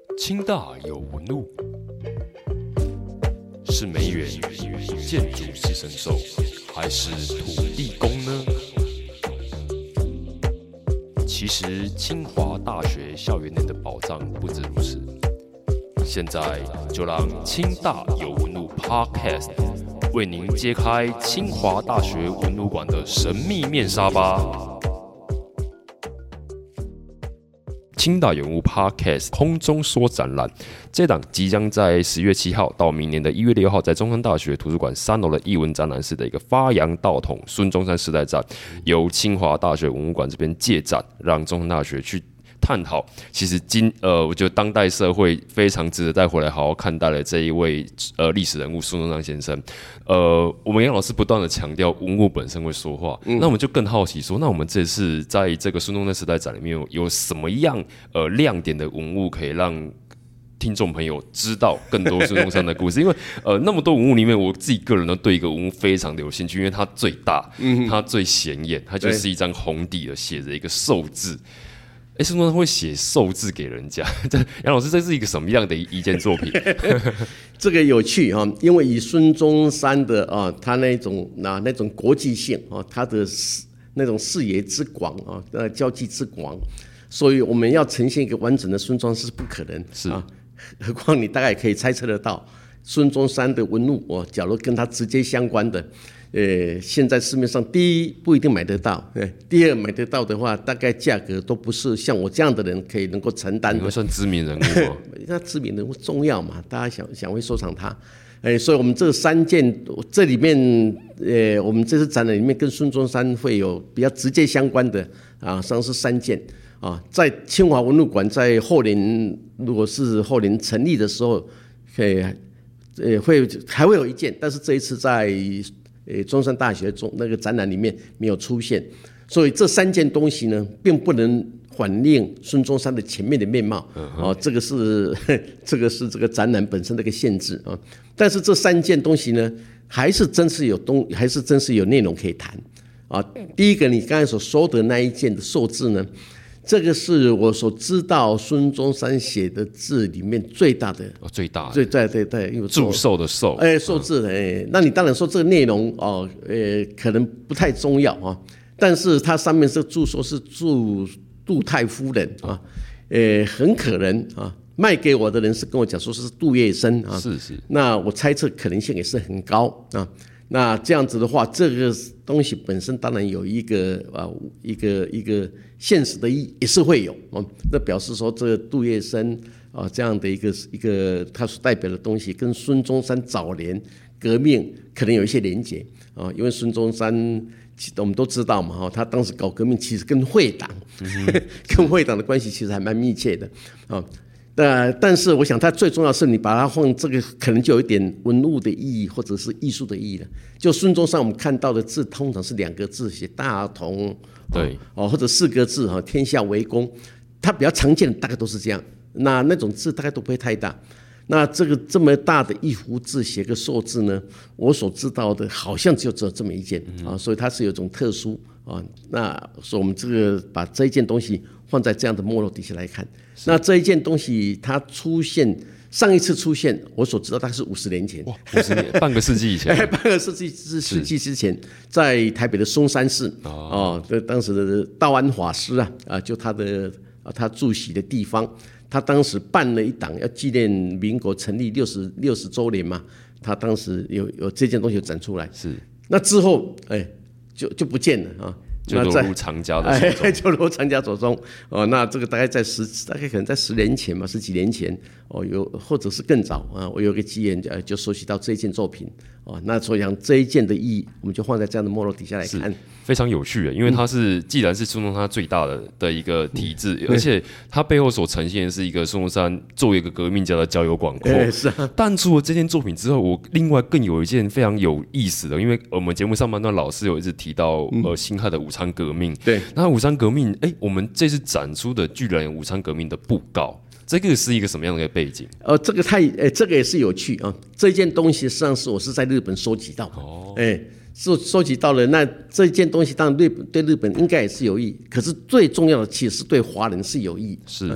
清大有纹路，是梅园建筑系神兽，还是土地公呢？其实清华大学校园内的宝藏不止如此。现在就让清大有纹路 Podcast 为您揭开清华大学文路馆的神秘面纱吧。清大有文物 Podcast 空中说展览，这档即将在10月7号到明年的1月6号，在中山大学图书馆3楼的艺文展览室的一个发扬道统孙中山时代展，由清华大学文物馆这边借展，让中山大学去探讨，其实我觉得当代社会非常值得带回来好好看待的这一位历史人物孙中山先生。我们杨老师不断的强调文物本身会说话，那我们就更好奇说，那我们这次在这个孙中山时代展里面有什么样亮点的文物可以让听众朋友知道更多孙中山的故事？因为那么多文物里面，我自己个人呢对一个文物非常的有兴趣，因为它最大，它最显眼，它就是一张红底的写着一个寿字。孙中山会写寿字给人家，杨老师，这是一个什么样的一件作品？ 这个有趣哈，因为以孙中山的他那种国际性他的那种视野之广交际之广，所以我们要呈现一个完整的孙中山是不可能何况你大概可以猜测得到，孙中山的文物假如跟他直接相关的。现在市面上第一不一定买得到，第二买得到的话，大概价格都不是像我这样的人可以能够承担的。 你会算知名人物吗？ 那知名人物重要嘛？大家想会收藏它，所以我们这3件，这里面我们这次展览里面跟孙中山会有比较直接相关的实际上是3件在清华文物馆在如果是后年成立的时候，还会有1件，但是这一次在中山大学那个展览里面没有出现，所以这3件东西呢，并不能反映孙中山的前面的面貌这个是这个展览本身的一个限制但是这3件东西呢，还是真是有内容可以谈第一个，你刚才所说的那一件的寿字呢，这个是我所知道孙中山写的字里面最大的，对， 祝寿的寿， 寿字那你当然说这个内容可能不太重要但是它上面是祝寿是祝杜太夫人很可能卖给我的人是跟我讲说是杜月笙是， 那我猜测可能性也是很高那这样子的话，这个东西本身当然有一个现实的意义，也是会有那表示说这个杜月笙这样的一个他所代表的东西，跟孙中山早年革命可能有一些连结因为孙中山我们都知道嘛他当时搞革命其实跟会党跟会党的关系其实还蛮密切的但是我想它最重要的是你把它放这个可能就有一点文物的意义或者是艺术的意义了。就孙中山我们看到的字通常是2个字写大同对或者4个字天下为公，它比较常见的大概都是这样，那种字大概都不会太大。那这么大的一幅字写个寿字呢，我所知道的好像只有这么一件所以它是有一种特殊那所以我们把这一件东西放在这样的没落底下来看，那这一件东西它上一次出现我所知道大概是50年前 ，50年，半个世纪以前半个世纪之前，在台北的松山寺当时的道安法师就他住席的地方，他当时办了一档要纪念民国成立60周年嘛，他当时有这件东西展出来， 是那之后就不见了就落入藏家的手中， 就落入藏家手中那这个大概可能在10年前嘛，10几年前或者是更早我有个机缘就收集到这一件作品那所以讲这一件的意义，我们就放在这样的没落底下来看， 非常有趣因为它既然是孙中山最大的一个体制而且它背后所呈现的是一个孙中山作为一个革命家的交友广阔是但除了这件作品之后，我另外更有一件非常有意思的，因为我们节目上半段老师有一直提到辛亥的武昌革命， 对， 那武昌革命我们这次展出的居然有武昌革命的布告，这个是一个什么样的背景？ 这个也是有趣这件东西实际上是我是在日本收集到收集到了，那这件东西当然对日本应该也是有益，可是最重要的其实是对华人是有益。 是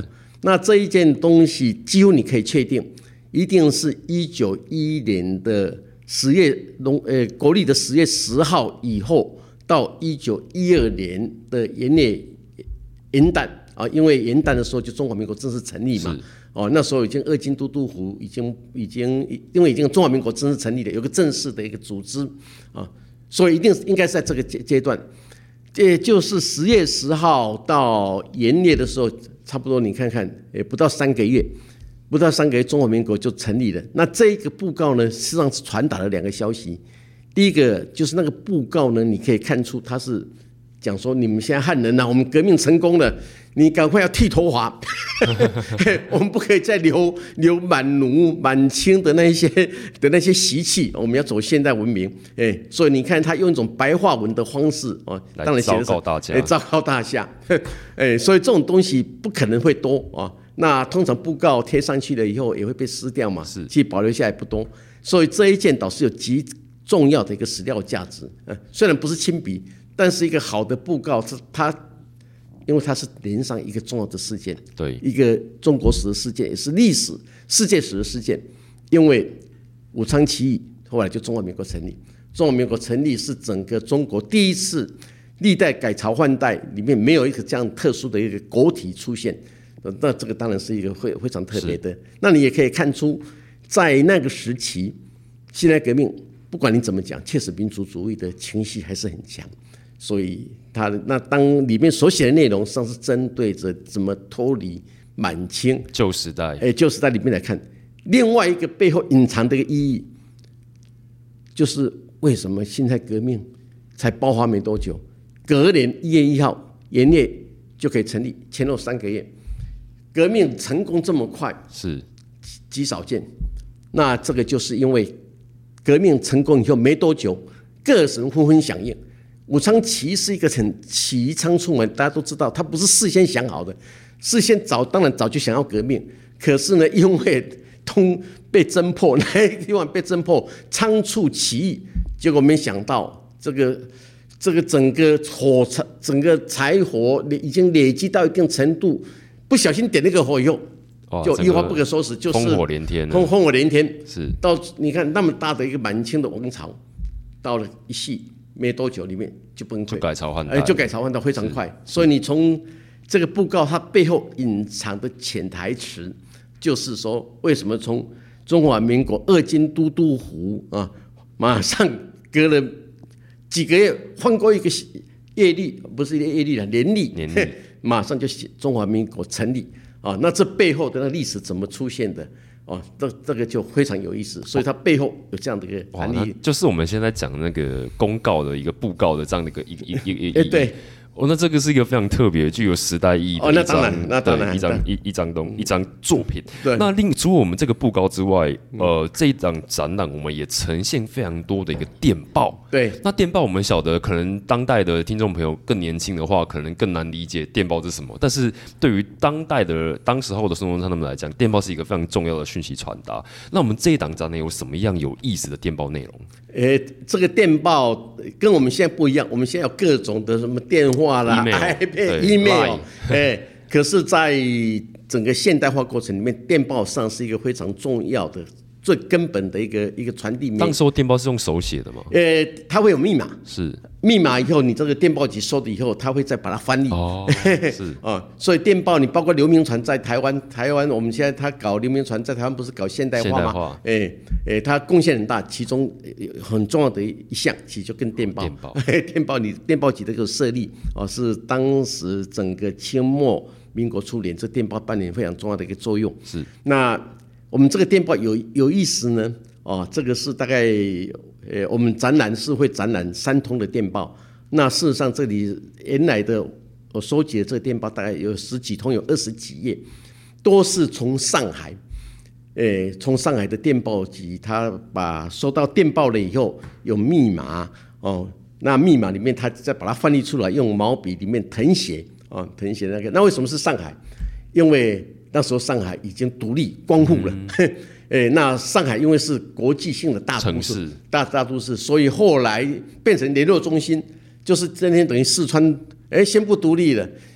那这一件东西几乎你可以确定，一定是1911年的国历的10月10号以后到1912年的元旦啊，因为元旦的时候就中华民国正式成立嘛。那时候已经二京都督府因为已经中华民国正式成立了，有个正式的一个组织啊，所以应该是在这个阶段，也就是10月10号到元月的时候，差不多你看看，不到3个月，中华民国就成立了。那这一个布告呢，实际上是传达了2个消息。第一个就是那个布告呢，你可以看出它是讲说，你们现在汉人啊，我们革命成功了，你赶快要剃头发，我们不可以再留满奴满清的那些习气，我们要走现代文明。所以你看他用一种白话文的方式当然写的是昭告大夏，所以这种东西不可能会多啊。那通常布告贴上去了以后也会被撕掉嘛，其实保留下来不多，所以这一件倒是有极重要的一个史料价值。虽然不是亲笔，但是一个好的布告，因为它是连上一个重要的事件，对，一个中国史的事件，也是历史世界史的事件。因为武昌起义后来就中华民国成立，中华民国成立是整个中国第一次历代改朝换代里面没有一个这样特殊的一个国体出现。那这个当然是一个非常特别的。那你也可以看出，在那个时期，辛亥革命不管你怎么讲，确实民族主义的情绪还是很强。所以那当里面所写的内容，实际上是针对着怎么脱离满清旧时代， 旧时代里面来看，另外一个背后隐藏的一个意义，就是为什么辛亥革命才爆发没多久，隔年1月1号元月就可以成立，前后3个月，革命成功这么快，是极少见。那这个就是因为革命成功以后没多久，各省纷纷响应。武昌起义是一个很起义仓促嘛，大家都知道，他不是事先想好的，事先当然早就想要革命，可是呢，因为被侦破，那个地方被侦破，仓促起义，结果没想到这个整个整个柴火已经累积到一定程度，不小心点那个火以后，就一发不可收拾，就是烽火连天， 是到你看那么大的一个满清的王朝，到了一夕。没多久里面就崩溃， 就改朝换代， 非常快。所以你从这个布告它背后隐藏的潜台词，就是说为什么从中华民国二京都督府啊，马上隔了几个月换过一个月历，不是月历了，年历，马上就写中华民国成立啊。那这背后的那历史怎么出现的？这个就非常有意思，所以它背后有这样的一个含义， 就是我们现在讲那个公告的一个布告的这样的一个对。 那这个是一个非常特别、具有时代意义的那当然一张作品。那除了我们这个布告之外，这一张展览我们也呈现非常多的一个电报。 对， 那电报我们晓得，可能当代的听众朋友更年轻的话，可能更难理解电报是什么。但是对于当时候的孙中山他们来讲，电报是一个非常重要的讯息传达。那我们这一档展览有什么样有意思的电报内容？ 这个电报跟我们现在不一样，我们现在有各种的什么电话啦、email， 可是在整个现代化过程里面，电报上是一个非常重要的、最根本的一个传递媒介。 当时候电报是用手写的吗？ 它会有密码， 是密码以后，你这个电报局收了以后，它会再把它翻译。 是所以电报你包括刘铭传在台湾我们现在他搞刘铭传在台湾不是搞现代化吗？他贡献很大，其中很重要的一项，其实就跟电报电报局的这个设立是当时整个清末民国初年，这电报扮演非常重要的一个作用。 是那我们这个电报有意思呢，这个是大概我们展览是会展览3通的电报。那事实上这里原来的我收集的这个电报大概有10几通，有20几页，都是从上海。从上海的电报局，他把收到电报了以后有密码那密码里面他再把它翻译出来，用毛笔里面誊写那个。那为什么是上海？因为那时候上海已经独立光复了。那上海因为是国际性的大都市，大都市，所以后来变成联络中心，就是今天等于四川宣布独立了，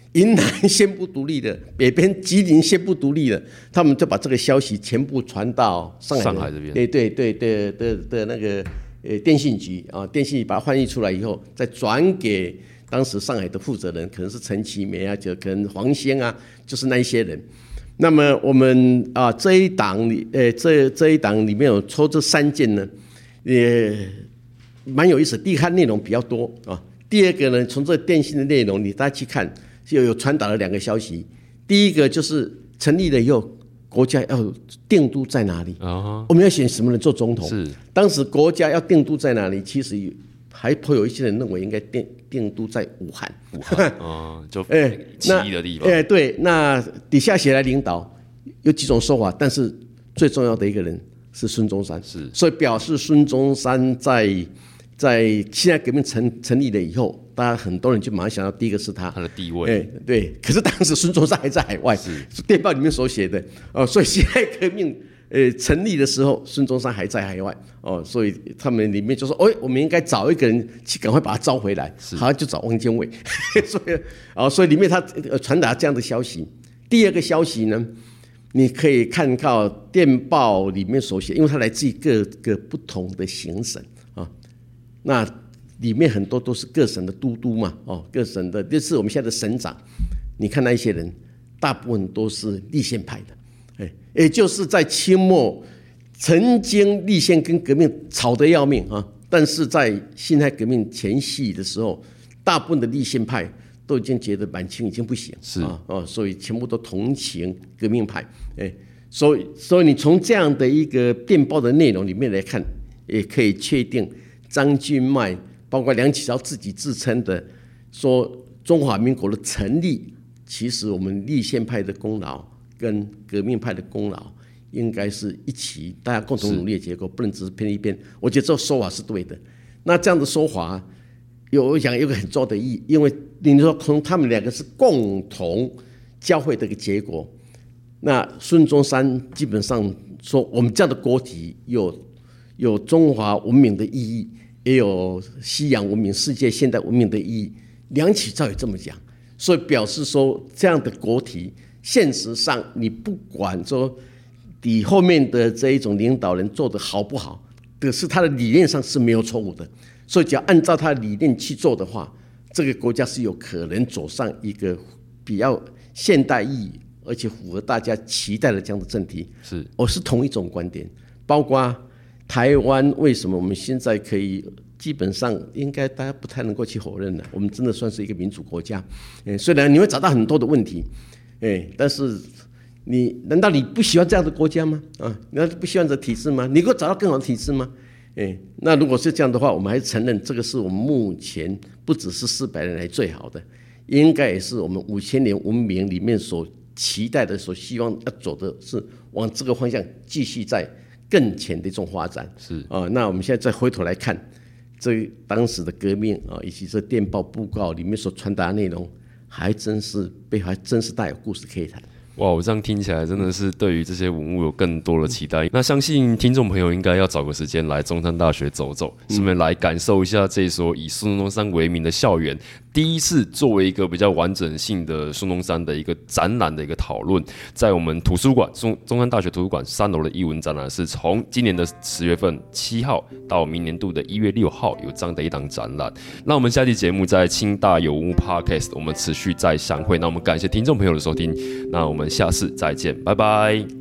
云南宣布独立了，北边吉林宣布独立了，他们就把这个消息全部传到上海这边， 对那个电信局啊，电信局把它翻译出来以后，再转给当时上海的负责人，可能是陈其美啊，就可能黄先啊，就是那一些人。那么我们啊这一档里面有抽这3件呢，也蛮有意思。第一看内容比较多啊，第二个呢，从这电信的内容你大家去看，就有传达了2个消息。第一个就是成立了以后，国家要定都在哪里？我们要选什么人做总统？ 是当时国家要定都在哪里？其实还颇有一些人认为应该定都在武汉。 就奇异的地方。 对，那底下谁来领导？有几种说法，但是最重要的一个人是孙中山。 是， 所以表示孙中山在辛亥革命成立了以后，大家很多人就马上想到第一个是他的地位。 对。可是当时孙中山还在海外，是电报里面所写的所以辛亥革命成立的时候，孙中山还在海外所以他们里面就说，我们应该找一个人去赶快把他招回来，好像就找汪精卫，所以里面他传达这样的消息。第二个消息呢，你可以看到电报里面所写，因为它来自于各个不同的行省那里面很多都是各省的都督嘛，各省的就是我们现在的省长，你看那一些人，大部分都是立宪派的。也就是在清末曾经立宪跟革命吵得要命但是在辛亥革命前夕的时候，大部分的立宪派都已经觉得满清已经不行， 是所以全部都同情革命派。所以你从这样的一个电报的内容里面来看，也可以确定张君迈包括梁启超自己自称的说中华民国的成立，其实我们立宪派的功劳跟革命派的功劳应该是一起，大家共同努力的结果，不能只是偏一边。我觉得这个说法是对的。那这样的说法有一个很重要的意义，因为你说从他们2个是共同交汇的一个结果。那孙中山基本上说，我们这样的国体有中华文明的意义，也有西洋文明、世界现代文明的意义。梁启超也这么讲，所以表示说这样的国体，现实上你不管说你后面的这一种领导人做得好不好，可是他的理念上是没有错误的。所以只要按照他的理念去做的话，这个国家是有可能走上一个比较现代意义而且符合大家期待的这样的政体。我是同一种观点。包括台湾为什么我们现在可以基本上应该大家不太能够去否认了，我们真的算是一个民主国家。虽然你会找到很多的问题，但是难道你不喜欢这样的国家吗？难道不希望这体制吗？你给我找到更好的体制吗？那如果是这样的话，我们还是承认这个是我们目前不只是400年来最好的，应该也是我们5000年文明里面所期待的、所希望要走的是往这个方向继续在更前的一种发展。那我们现在再回头来看这当时的革命以及这电报布告里面所传达的内容，还真是大有故事可以谈。 哇，我这样听起来真的是对于这些文物有更多的期待。那相信听众朋友应该要找个时间来中山大学走走，顺便来感受一下这所以孙中山为名的校园。第一次作为一个比较完整性的孙中山的一个展览的一个讨论，在我们图书馆中山大学图书馆3楼的艺文展览是从今年的10月份7号到明年度的1月6号有这样的一档展览。那我们下期节目在清大有文物 Podcast 我们持续再相会。那我们感谢听众朋友的收听，那我们下次再见，拜拜。